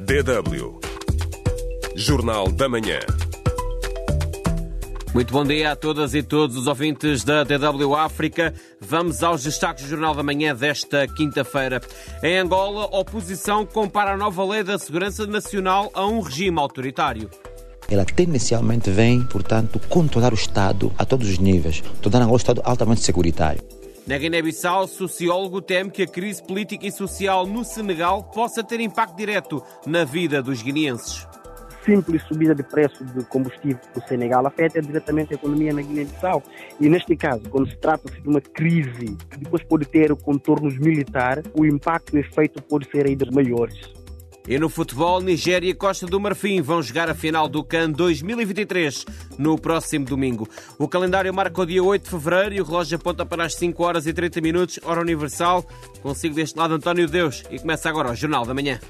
DW. Jornal da Manhã. Muito bom dia a todas e todos os ouvintes da DW África. Vamos aos destaques do Jornal da Manhã desta quinta-feira. Em Angola, a oposição compara a nova lei da segurança nacional a um regime autoritário. Ela tendencialmente vem, portanto, controlar o Estado a todos os níveis, tornando Angola um Estado altamente securitário. Na Guiné-Bissau, o sociólogo teme que a crise política e social no Senegal possa ter impacto direto na vida dos guineenses. Simples subida de preço de combustível no Senegal afeta diretamente a economia na Guiné-Bissau. E neste caso, quando se trata-se de uma crise que depois pode ter contornos militares, o impacto e o efeito pode ser ainda maiores. E no futebol, Nigéria e Costa do Marfim vão jogar a final do CAN 2023 no próximo domingo. O calendário marca o dia 8 de fevereiro e o relógio aponta para as 5 horas e 30 minutos, hora universal. Consigo deste lado António Deus e começa agora o Jornal da Manhã.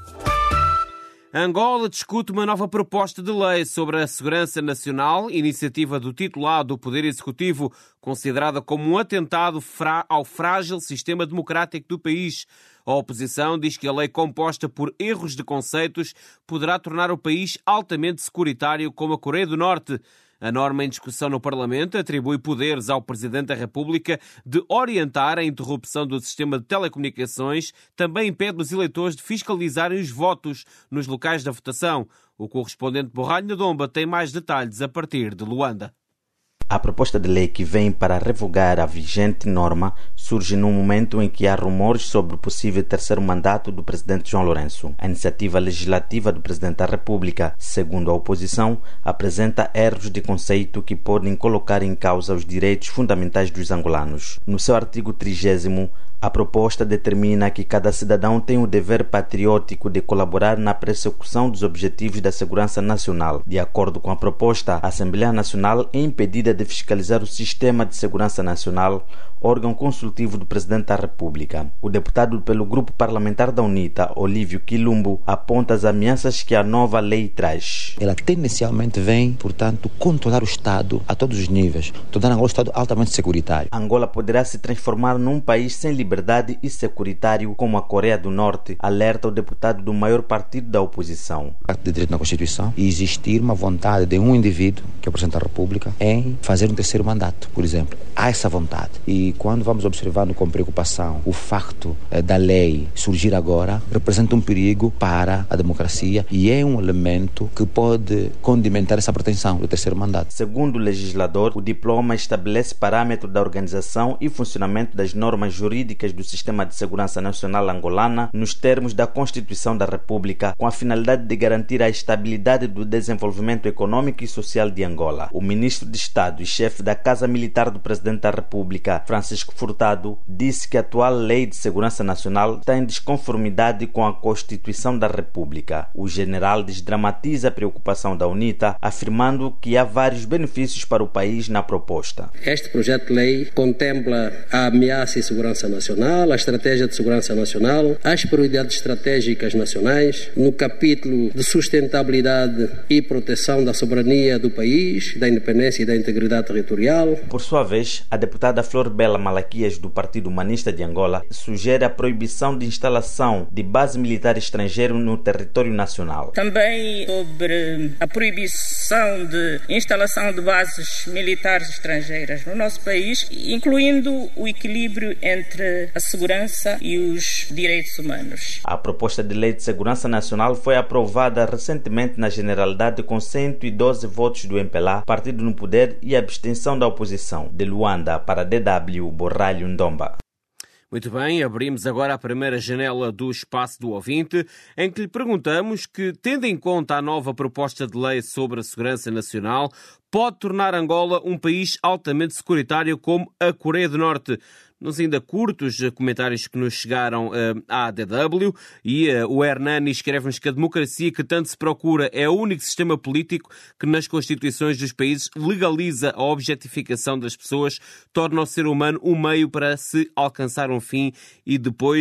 Angola discute uma nova proposta de lei sobre a segurança nacional, iniciativa do titular do Poder Executivo, considerada como um atentado ao frágil sistema democrático do país. A oposição diz que a lei composta por erros de conceitos poderá tornar o país altamente securitário como a Coreia do Norte. A norma em discussão no Parlamento atribui poderes ao Presidente da República de orientar a interrupção do sistema de telecomunicações, também impede os eleitores de fiscalizarem os votos nos locais da votação. O correspondente Borralho Ndomba tem mais detalhes a partir de Luanda. A proposta de lei que vem para revogar a vigente norma surge num momento em que há rumores sobre o possível terceiro mandato do presidente João Lourenço. A iniciativa legislativa do presidente da República, segundo a oposição, apresenta erros de conceito que podem colocar em causa os direitos fundamentais dos angolanos. No seu artigo 30º, a proposta determina que cada cidadão tem o dever patriótico de colaborar na persecução dos objetivos da segurança nacional. De acordo com a proposta, a Assembleia Nacional é impedida de fiscalizar o Sistema de Segurança Nacional, órgão consultivo do Presidente da República. O deputado pelo Grupo Parlamentar da UNITA, Olívio Quilumbo, aponta as ameaças que a nova lei traz. Ela tendencialmente vem, portanto, controlar o Estado a todos os níveis, tornando Angola um Estado altamente securitário. Angola poderá se transformar num país sem liberdade e securitário como a Coreia do Norte, alerta o deputado do maior partido da oposição. De direito na Constituição e existir uma vontade de um indivíduo, que é o Presidente da República, em fazer um terceiro mandato, por exemplo. Há essa vontade. E quando vamos observando com preocupação o facto da lei surgir agora, representa um perigo para a democracia e é um elemento que pode condimentar essa pretensão do terceiro mandato. Segundo o legislador, o diploma estabelece parâmetros da organização e funcionamento das normas jurídicas do Sistema de Segurança Nacional angolana nos termos da Constituição da República, com a finalidade de garantir a estabilidade do desenvolvimento econômico e social de Angola. O ministro de Estado e chefe da Casa Militar do Presidente da República, Francisco Furtado, disse que a atual Lei de Segurança Nacional está em desconformidade com a Constituição da República. O general desdramatiza a preocupação da UNITA, afirmando que há vários benefícios para o país na proposta. Este projeto de lei contempla a ameaça e segurança nacional, a estratégia de segurança nacional, as prioridades estratégicas nacionais, no capítulo de sustentabilidade e proteção da soberania do país, da independência e da integridade territorial. Por sua vez, a deputada Flor Bela Malaquias, do Partido Humanista de Angola, sugere a proibição de instalação de base militar estrangeira no território nacional. Também sobre a proibição de instalação de bases militares estrangeiras no nosso país, incluindo o equilíbrio entre a segurança e os direitos humanos. A proposta de lei de segurança nacional foi aprovada recentemente na Generalidade com 112 votos do MPLA, partido no poder, e abstenção da oposição. De Luanda para a DW, Borralho Ndomba. Muito bem, abrimos agora a primeira janela do Espaço do Ouvinte, em que lhe perguntamos que, tendo em conta a nova proposta de lei sobre a segurança nacional, pode tornar Angola um país altamente securitário como a Coreia do Norte. Nos ainda curtos comentários que nos chegaram à DW, e o Hernani escreve-nos que a democracia que tanto se procura é o único sistema político que nas constituições dos países legaliza a objetificação das pessoas, torna o ser humano um meio para se alcançar um fim, e depois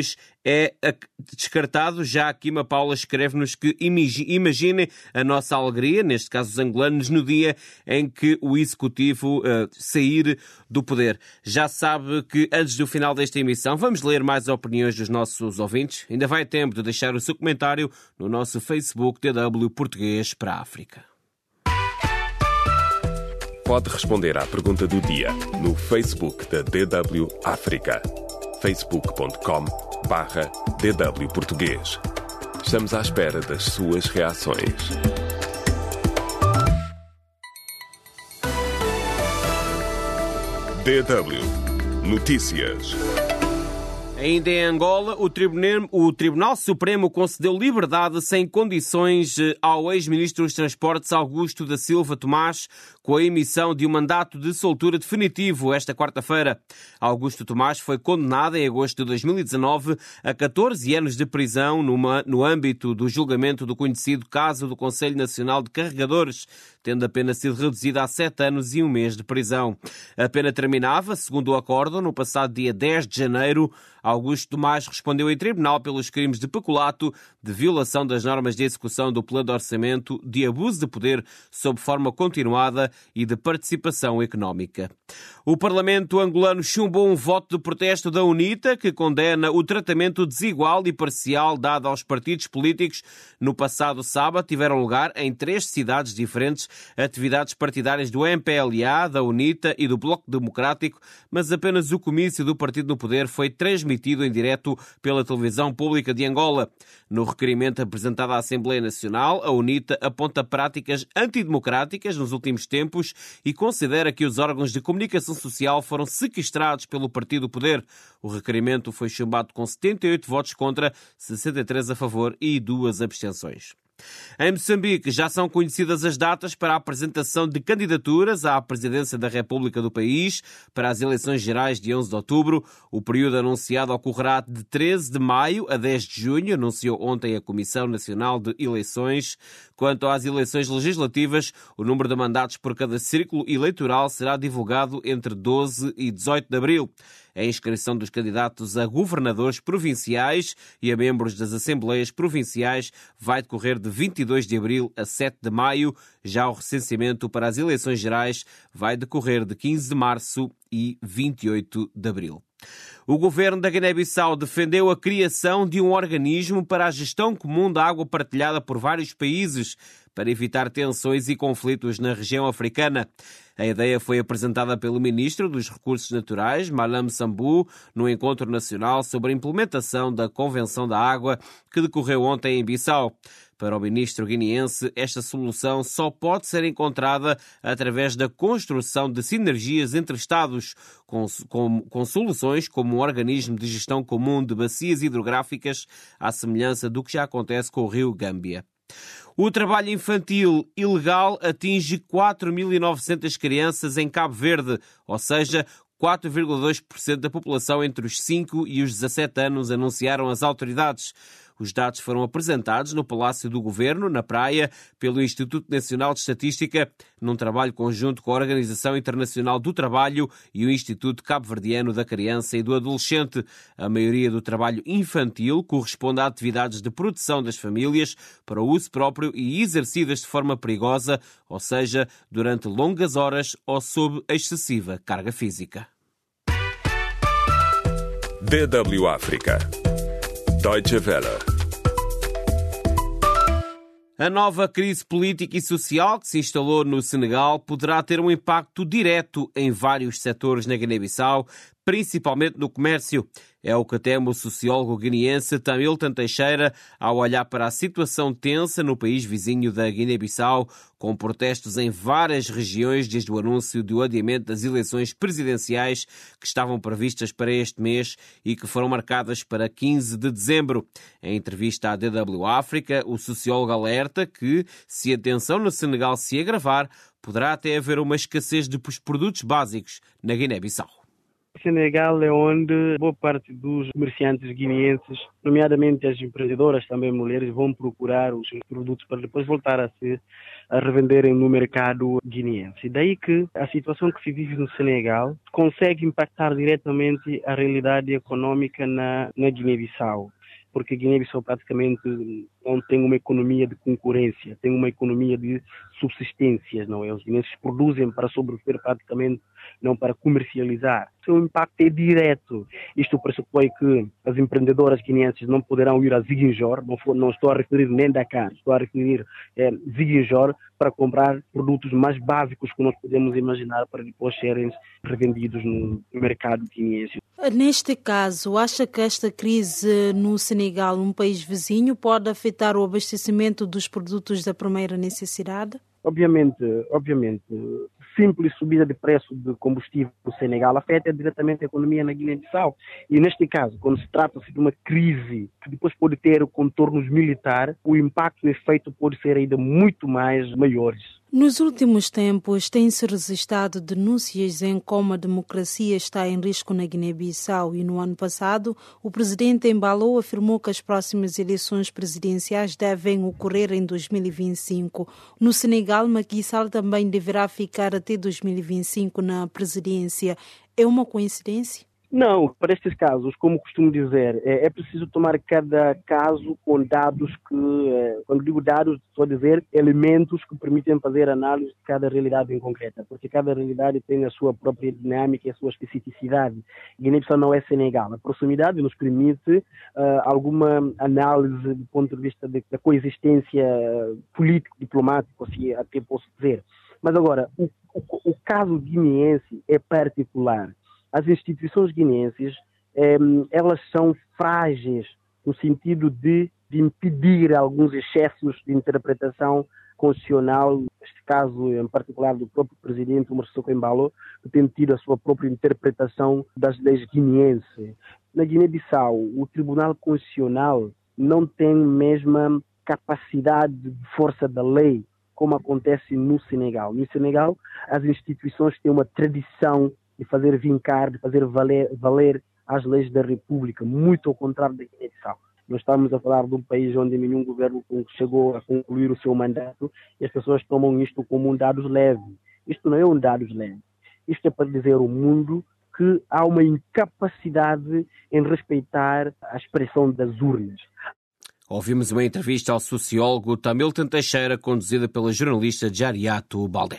é descartado. Já aqui uma Paula escreve-nos que imaginem a nossa alegria, neste caso os angolanos, no dia em que o Executivo sair do poder. Já sabe que antes do final desta emissão vamos ler mais opiniões dos nossos ouvintes. Ainda vai tempo de deixar o seu comentário no nosso Facebook DW Português para a África. Pode responder à pergunta do dia no Facebook da DW África. facebook.com/DW Português. Estamos à espera das suas reações. DW Notícias. Ainda em Angola, o Tribunal Supremo concedeu liberdade sem condições ao ex-ministro dos Transportes Augusto da Silva Tomás, com a emissão de um mandato de soltura definitivo esta quarta-feira. Augusto Tomás foi condenado em agosto de 2019 a 14 anos de prisão no âmbito do julgamento do conhecido caso do Conselho Nacional de Carregadores, tendo a pena sido reduzida a 7 anos e 1 mês de prisão. A pena terminava, segundo o acórdão, no passado dia 10 de janeiro. Augusto Tomás respondeu em tribunal pelos crimes de peculato, de violação das normas de execução do plano de orçamento, de abuso de poder sob forma continuada e de participação económica. O Parlamento angolano chumbou um voto de protesto da UNITA, que condena o tratamento desigual e parcial dado aos partidos políticos. No passado sábado tiveram lugar em 3 cidades diferentes atividades partidárias do MPLA, da UNITA e do Bloco Democrático, mas apenas o comício do partido no poder foi transmitido em direto pela televisão pública de Angola. No requerimento apresentado à Assembleia Nacional, a UNITA aponta práticas antidemocráticas nos últimos tempos e considera que os órgãos de comunicação social foram sequestrados pelo partido do poder. O requerimento foi chumbado com 78 votos contra, 63 a favor e 2 abstenções. Em Moçambique já são conhecidas as datas para a apresentação de candidaturas à presidência da República do país para as eleições gerais de 11 de outubro. O período anunciado ocorrerá de 13 de maio a 10 de junho, anunciou ontem a Comissão Nacional de Eleições. Quanto às eleições legislativas, o número de mandatos por cada círculo eleitoral será divulgado entre 12 e 18 de abril. A inscrição dos candidatos a governadores provinciais e a membros das Assembleias Provinciais vai decorrer de 22 de abril a 7 de maio. Já o recenseamento para as eleições gerais vai decorrer de 15 de março e 28 de abril. O governo da Guiné-Bissau defendeu a criação de um organismo para a gestão comum da água partilhada por vários países para evitar tensões e conflitos na região africana. A ideia foi apresentada pelo ministro dos Recursos Naturais, Malam Sambu, no encontro nacional sobre a implementação da Convenção da Água que decorreu ontem em Bissau. Para o ministro guineense, esta solução só pode ser encontrada através da construção de sinergias entre Estados, com soluções como um organismo de gestão comum de bacias hidrográficas, à semelhança do que já acontece com o rio Gâmbia. O trabalho infantil ilegal atinge 4.900 crianças em Cabo Verde, ou seja, 4,2% da população entre os 5 e os 17 anos, anunciaram as autoridades. Os dados foram apresentados no Palácio do Governo, na Praia, pelo Instituto Nacional de Estatística, num trabalho conjunto com a Organização Internacional do Trabalho e o Instituto Cabo-Verdiano da Criança e do Adolescente. A maioria do trabalho infantil corresponde a atividades de produção das famílias para o uso próprio e exercidas de forma perigosa, ou seja, durante longas horas ou sob excessiva carga física. DW África. Deutsche Welle. A nova crise política e social que se instalou no Senegal poderá ter um impacto direto em vários setores na Guiné-Bissau, principalmente no comércio. É o que teme o sociólogo guineense Tamilton Teixeira ao olhar para a situação tensa no país vizinho da Guiné-Bissau, com protestos em várias regiões desde o anúncio do adiamento das eleições presidenciais que estavam previstas para este mês e que foram marcadas para 15 de dezembro. Em entrevista à DW África, o sociólogo alerta que, se a tensão no Senegal se agravar, poderá até haver uma escassez de produtos básicos na Guiné-Bissau. Senegal é onde boa parte dos comerciantes guineenses, nomeadamente as empreendedoras, também mulheres, vão procurar os seus produtos para depois voltar a revenderem no mercado guineense. E daí que a situação que se vive no Senegal consegue impactar diretamente a realidade econômica na Guiné-Bissau. porque a Guiné-Bissau praticamente não tem uma economia de concorrência, tem uma economia de subsistências, não é? Os guineenses produzem para sobreviver praticamente, não para comercializar. O impacto é direto. Isto pressupõe que as empreendedoras guineenses não poderão ir a Ziguinchor, não estou a referir nem Dakar, estou a referir Ziguinchor, para comprar produtos mais básicos que nós podemos imaginar para depois serem revendidos no mercado guineense. Neste caso, acha que esta crise no Senegal, um país vizinho, pode afetar o abastecimento dos produtos da primeira necessidade? Obviamente, simples subida de preço de combustível no Senegal afeta diretamente a economia na Guiné-Bissau. E neste caso, quando se trata-se de uma crise que depois pode ter contornos militares, o impacto e o efeito pode ser ainda muito mais maiores. Nos últimos tempos, têm-se registrado denúncias em como a democracia está em risco na Guiné-Bissau e no ano passado, o presidente Embalo afirmou que as próximas eleições presidenciais devem ocorrer em 2025. No Senegal, Macky Sall também deverá ficar até 2025 na presidência. É uma coincidência? Não, para estes casos, como costumo dizer, é preciso tomar cada caso com dados quando digo dados, estou a dizer elementos que permitem fazer análise de cada realidade em concreta, porque cada realidade tem a sua própria dinâmica e a sua especificidade. Guiné-Bissau não é Senegal. A proximidade nos permite alguma análise do ponto de vista da coexistência político-diplomática, assim até posso dizer. Mas agora, o caso guineense é particular. As instituições guineenses, elas são frágeis no sentido de impedir alguns excessos de interpretação constitucional, neste caso em particular do próprio presidente Umar Sissoko Embalo, que tem tido a sua própria interpretação das leis guineenses. Na Guiné-Bissau, o Tribunal Constitucional não tem a mesma capacidade de força da lei como acontece no Senegal. No Senegal, as instituições têm uma tradição de fazer vincar, de fazer valer as leis da República, muito ao contrário da Guiné-Bissau. Nós estamos a falar de um país onde nenhum governo chegou a concluir o seu mandato e as pessoas tomam isto como um dado leve. Isto não é um dado leve. Isto é para dizer ao mundo que há uma incapacidade em respeitar a expressão das urnas. Ouvimos uma entrevista ao sociólogo Tamilton Teixeira, conduzida pela jornalista Jariato Baldé.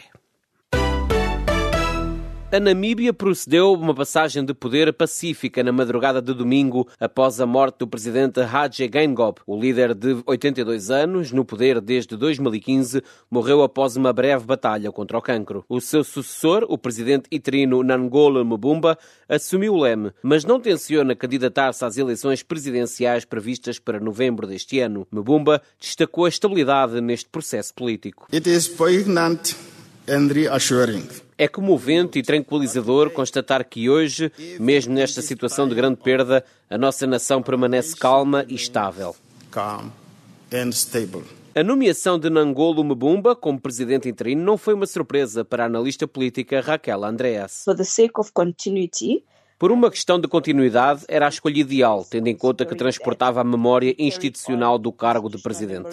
A Namíbia procedeu uma passagem de poder pacífica na madrugada de domingo após a morte do presidente Hage Geingob. O líder de 82 anos, no poder desde 2015, morreu após uma breve batalha contra o cancro. O seu sucessor, o presidente interino Nangola Mbumba, assumiu o leme, mas não tenciona candidatar-se às eleições presidenciais previstas para novembro deste ano. Mbumba destacou a estabilidade neste processo político. It is poignant and reassuring. É comovente e tranquilizador constatar que hoje, mesmo nesta situação de grande perda, a nossa nação permanece calma e estável. Calm and stable. A nomeação de Nangola Mbumba como presidente interino não foi uma surpresa para a analista política Raquel Andreas. For the sake of continuity, Por uma questão de continuidade, era a escolha ideal, tendo em conta que transportava a memória institucional do cargo de presidente.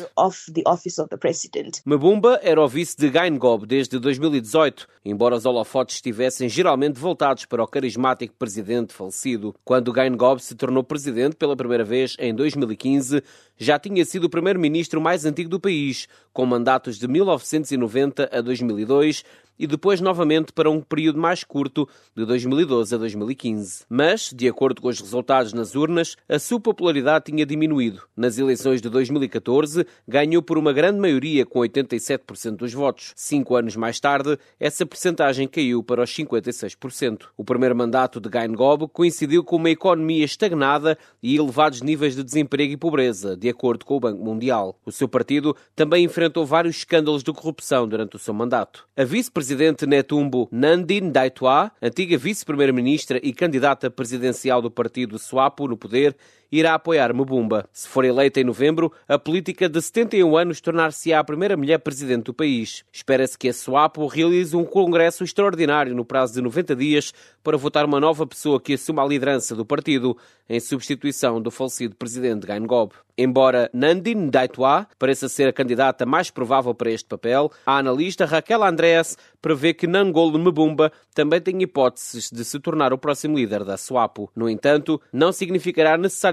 Mbumba era o vice de Geingob desde 2018, embora os holofotes estivessem geralmente voltados para o carismático presidente falecido. Quando Geingob se tornou presidente pela primeira vez em 2015, já tinha sido o primeiro-ministro mais antigo do país, com mandatos de 1990 a 2002, e depois novamente para um período mais curto, de 2012 a 2015. Mas, de acordo com os resultados nas urnas, a sua popularidade tinha diminuído. Nas eleições de 2014, ganhou por uma grande maioria, com 87% dos votos. 5 anos mais tarde, essa percentagem caiu para os 56%. O primeiro mandato de Geingob coincidiu com uma economia estagnada e elevados níveis de desemprego e pobreza, de acordo com o Banco Mundial. O seu partido também enfrentou vários escândalos de corrupção durante o seu mandato. A vice-presidente Netumbo Nandi-Ndaitwah, antiga vice-primeira-ministra e candidata presidencial do partido SWAPO no poder, irá apoiar Mbumba. Se for eleita em novembro, a política de 71 anos tornar-se-á a primeira mulher presidente do país. Espera-se que a SWAPO realize um congresso extraordinário no prazo de 90 dias para votar uma nova pessoa que assuma a liderança do partido, em substituição do falecido presidente Geingob. Embora Nandi-Ndaitwah pareça ser a candidata mais provável para este papel, a analista Raquel Andreas prevê que Nangola Mbumba também tem hipóteses de se tornar o próximo líder da SWAPO. No entanto, não significará necessariamente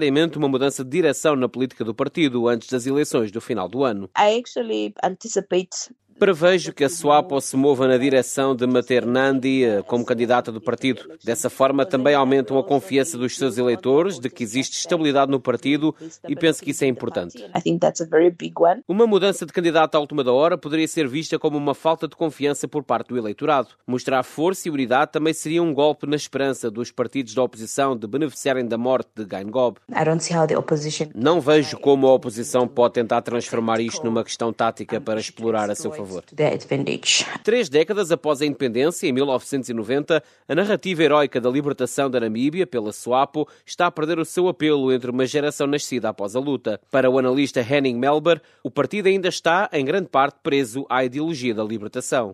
em mente uma mudança de direção na política do partido antes das eleições do final do ano. I actually anticipate Prevejo que a SWAPO se mova na direção de manter Nandi como candidata do partido. Dessa forma, também aumentam a confiança dos seus eleitores de que existe estabilidade no partido e penso que isso é importante. I think that's a very big one. Uma mudança de candidato à última da hora poderia ser vista como uma falta de confiança por parte do eleitorado. Mostrar força e unidade também seria um golpe na esperança dos partidos da oposição de beneficiarem da morte de Geingob. I don't see how the opposition... Não vejo como a oposição pode tentar transformar isto numa questão tática para explorar a seu favor. 3 décadas após a independência, em 1990, a narrativa heroica da libertação da Namíbia pela SWAPO está a perder o seu apelo entre uma geração nascida após a luta. Para o analista Henning Melber, o partido ainda está, em grande parte, preso à ideologia da libertação.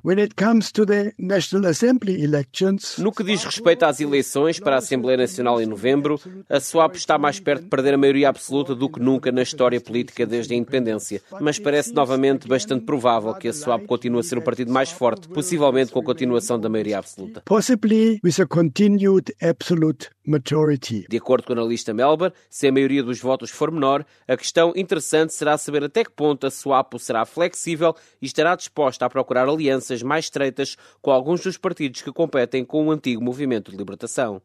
No que diz respeito às eleições para a Assembleia Nacional em novembro, a SWAPO está mais perto de perder a maioria absoluta do que nunca na história política desde a independência, mas parece novamente bastante provável que a SWAPO continue a ser o partido mais forte, possivelmente com a continuação da maioria absoluta. Possibly with a continued absolute majority. De acordo com o analista Melber, se a maioria dos votos for menor, a questão interessante será saber até que ponto a SWAPO será flexível e estará disposta a procurar alianças mais estreitas com alguns dos partidos que competem com o antigo movimento de libertação.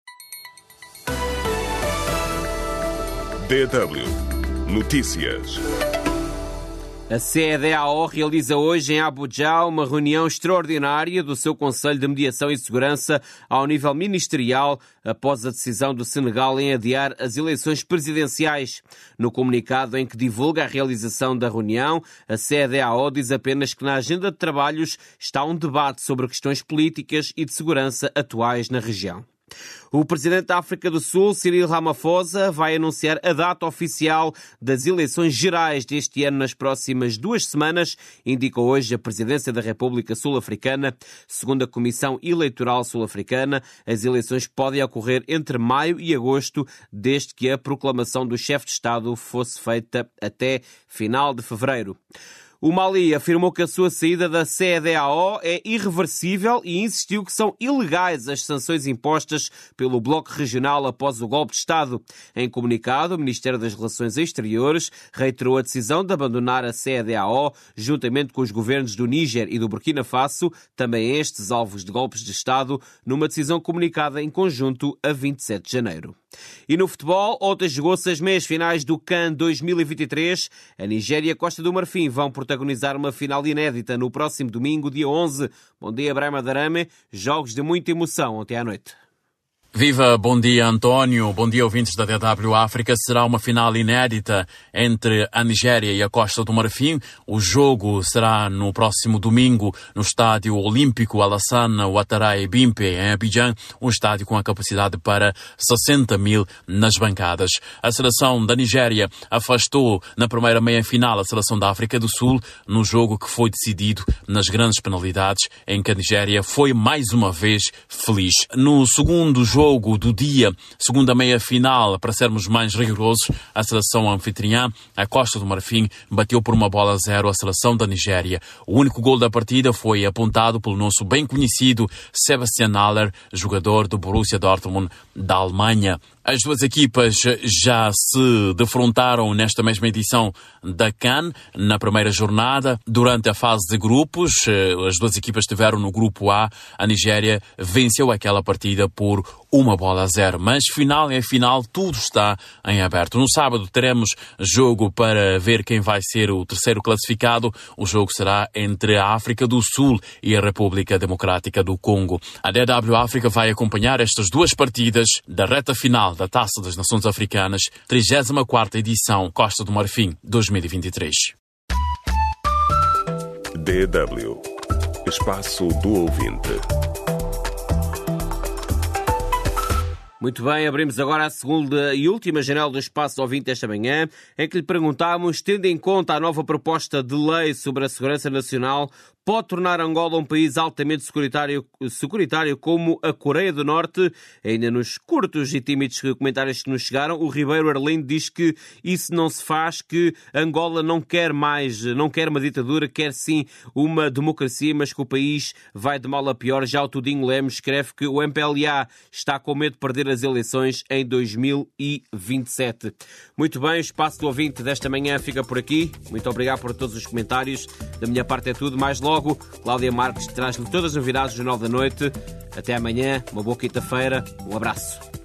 DW Notícias. A CEDEAO realiza hoje em Abuja uma reunião extraordinária do seu Conselho de Mediação e Segurança ao nível ministerial após a decisão do Senegal em adiar as eleições presidenciais. No comunicado em que divulga a realização da reunião, a CEDEAO diz apenas que na agenda de trabalhos está um debate sobre questões políticas e de segurança atuais na região. O presidente da África do Sul, Cyril Ramaphosa, vai anunciar a data oficial das eleições gerais deste ano nas próximas 2 semanas, indicou hoje a presidência da República Sul-Africana. Segundo a Comissão Eleitoral Sul-Africana, as eleições podem ocorrer entre maio e agosto, desde que a proclamação do chefe de Estado fosse feita até final de fevereiro. O Mali afirmou que a sua saída da CEDEAO é irreversível e insistiu que são ilegais as sanções impostas pelo Bloco Regional após o golpe de Estado. Em comunicado, o Ministério das Relações Exteriores reiterou a decisão de abandonar a CEDEAO, juntamente com os governos do Níger e do Burkina Faso, também estes alvos de golpes de Estado, numa decisão comunicada em conjunto a 27 de janeiro. E no futebol, ontem jogou-se as meias finais do CAN 2023. A Nigéria e a Costa do Marfim vão protagonizar uma final inédita no próximo domingo, dia 11. Bom dia, Brahma Darame. Jogos de muita emoção ontem à noite. Viva, bom dia António, bom dia ouvintes da DW África. Será uma final inédita entre a Nigéria e a Costa do Marfim. O jogo será no próximo domingo no Estádio Olímpico Alassane Ouattara Bimpe, em Abidjan, um estádio com a capacidade para 60 mil nas bancadas. A seleção da Nigéria afastou na primeira meia-final a seleção da África do Sul no jogo que foi decidido nas grandes penalidades, em que a Nigéria foi mais uma vez feliz. No segundo jogo do dia, segunda meia-final, para sermos mais rigorosos, a seleção anfitriã, a Costa do Marfim, bateu por 1-0 a seleção da Nigéria. O único gol da partida foi apontado pelo nosso bem conhecido Sebastian Haller, jogador do Borussia Dortmund da Alemanha. As duas equipas já se defrontaram nesta mesma edição da CAN, na primeira jornada. Durante a fase de grupos, as duas equipas estiveram no grupo A. A Nigéria venceu aquela partida por 1-0. Mas final é final, tudo está em aberto. No sábado teremos jogo para ver quem vai ser o terceiro classificado. O jogo será entre a África do Sul e a República Democrática do Congo. A DW África vai acompanhar estas duas partidas da reta final da Taça das Nações Africanas, 34ª edição Costa do Marfim 2023. DW Espaço do Ouvinte. Muito bem, abrimos agora a segunda e última janela do Espaço do Ouvinte esta manhã, em que lhe perguntámos, tendo em conta a nova proposta de lei sobre a segurança nacional, pode tornar Angola um país altamente securitário como a Coreia do Norte? Ainda nos curtos e tímidos comentários que nos chegaram, o Ribeiro Arlindo diz que isso não se faz, que Angola não quer uma ditadura, quer sim uma democracia, mas que o país vai de mal a pior. Já o Tudinho Lemos escreve que o MPLA está com medo de perder as eleições em 2027. Muito bem, o Espaço do Ouvinte desta manhã fica por aqui. Muito obrigado por todos os comentários. Da minha parte é tudo. Mais logo, Cláudia Marques traz-lhe todas as novidades do Jornal da Noite. Até amanhã, uma boa quinta-feira. Um abraço.